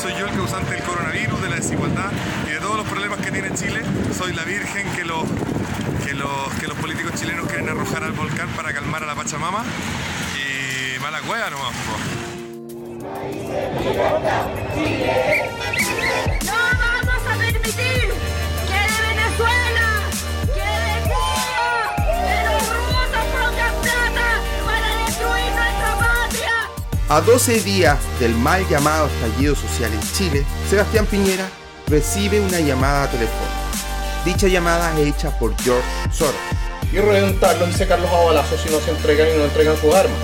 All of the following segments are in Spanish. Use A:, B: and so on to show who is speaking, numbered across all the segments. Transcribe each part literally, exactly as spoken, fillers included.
A: soy yo el causante del coronavirus, de la desigualdad y de todos los problemas que tiene Chile. Soy la virgen que los, que los, que los políticos chilenos quieren arrojar al volcán para calmar a la Pachamama. Y mala cueva nomás, po.
B: ¡No vamos a permitir que de Venezuela, que de Cuba, que los rusos pongan plata para destruir nuestra patria!
C: A doce días del mal llamado estallido social en Chile, Sebastián Piñera recibe una llamada telefónica. Dicha llamada es hecha por George Soros.
D: Y reventarlo, dice Carlos a balazos, si no se entregan y no entregan sus armas.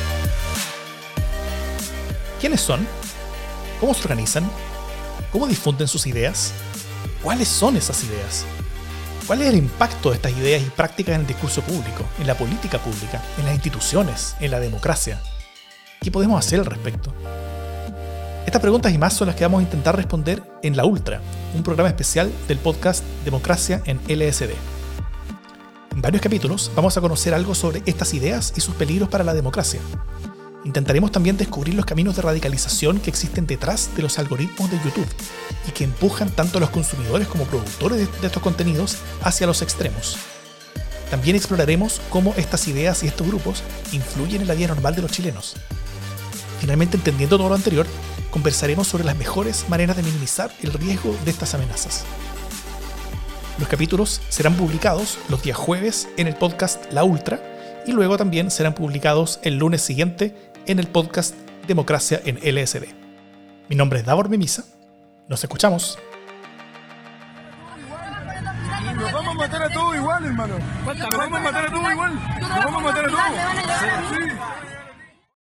E: ¿Quiénes son? ¿Cómo se organizan? ¿Cómo difunden sus ideas? ¿Cuáles son esas ideas? ¿Cuál es el impacto de estas ideas y prácticas en el discurso público, en la política pública, en las instituciones, en la democracia? ¿Qué podemos hacer al respecto? Estas preguntas y más son las que vamos a intentar responder en La Ultra, un programa especial del podcast Democracia en L S D. En varios capítulos vamos a conocer algo sobre estas ideas y sus peligros para la democracia. Intentaremos también descubrir los caminos de radicalización que existen detrás de los algoritmos de YouTube y que empujan tanto a los consumidores como productores de estos contenidos hacia los extremos. También exploraremos cómo estas ideas y estos grupos influyen en la vida normal de los chilenos. Finalmente, entendiendo todo lo anterior, conversaremos sobre las mejores maneras de minimizar el riesgo de estas amenazas. Los capítulos serán publicados los días jueves en el podcast La Ultra y luego también serán publicados el lunes siguiente en el podcast Democracia en L S D. Mi nombre es Davor Memisa. Nos escuchamos.
F: Nos vamos a matar a todos igual, hermano. Nos vamos a matar a todos igual. Nos vamos a matar a todos. Sí.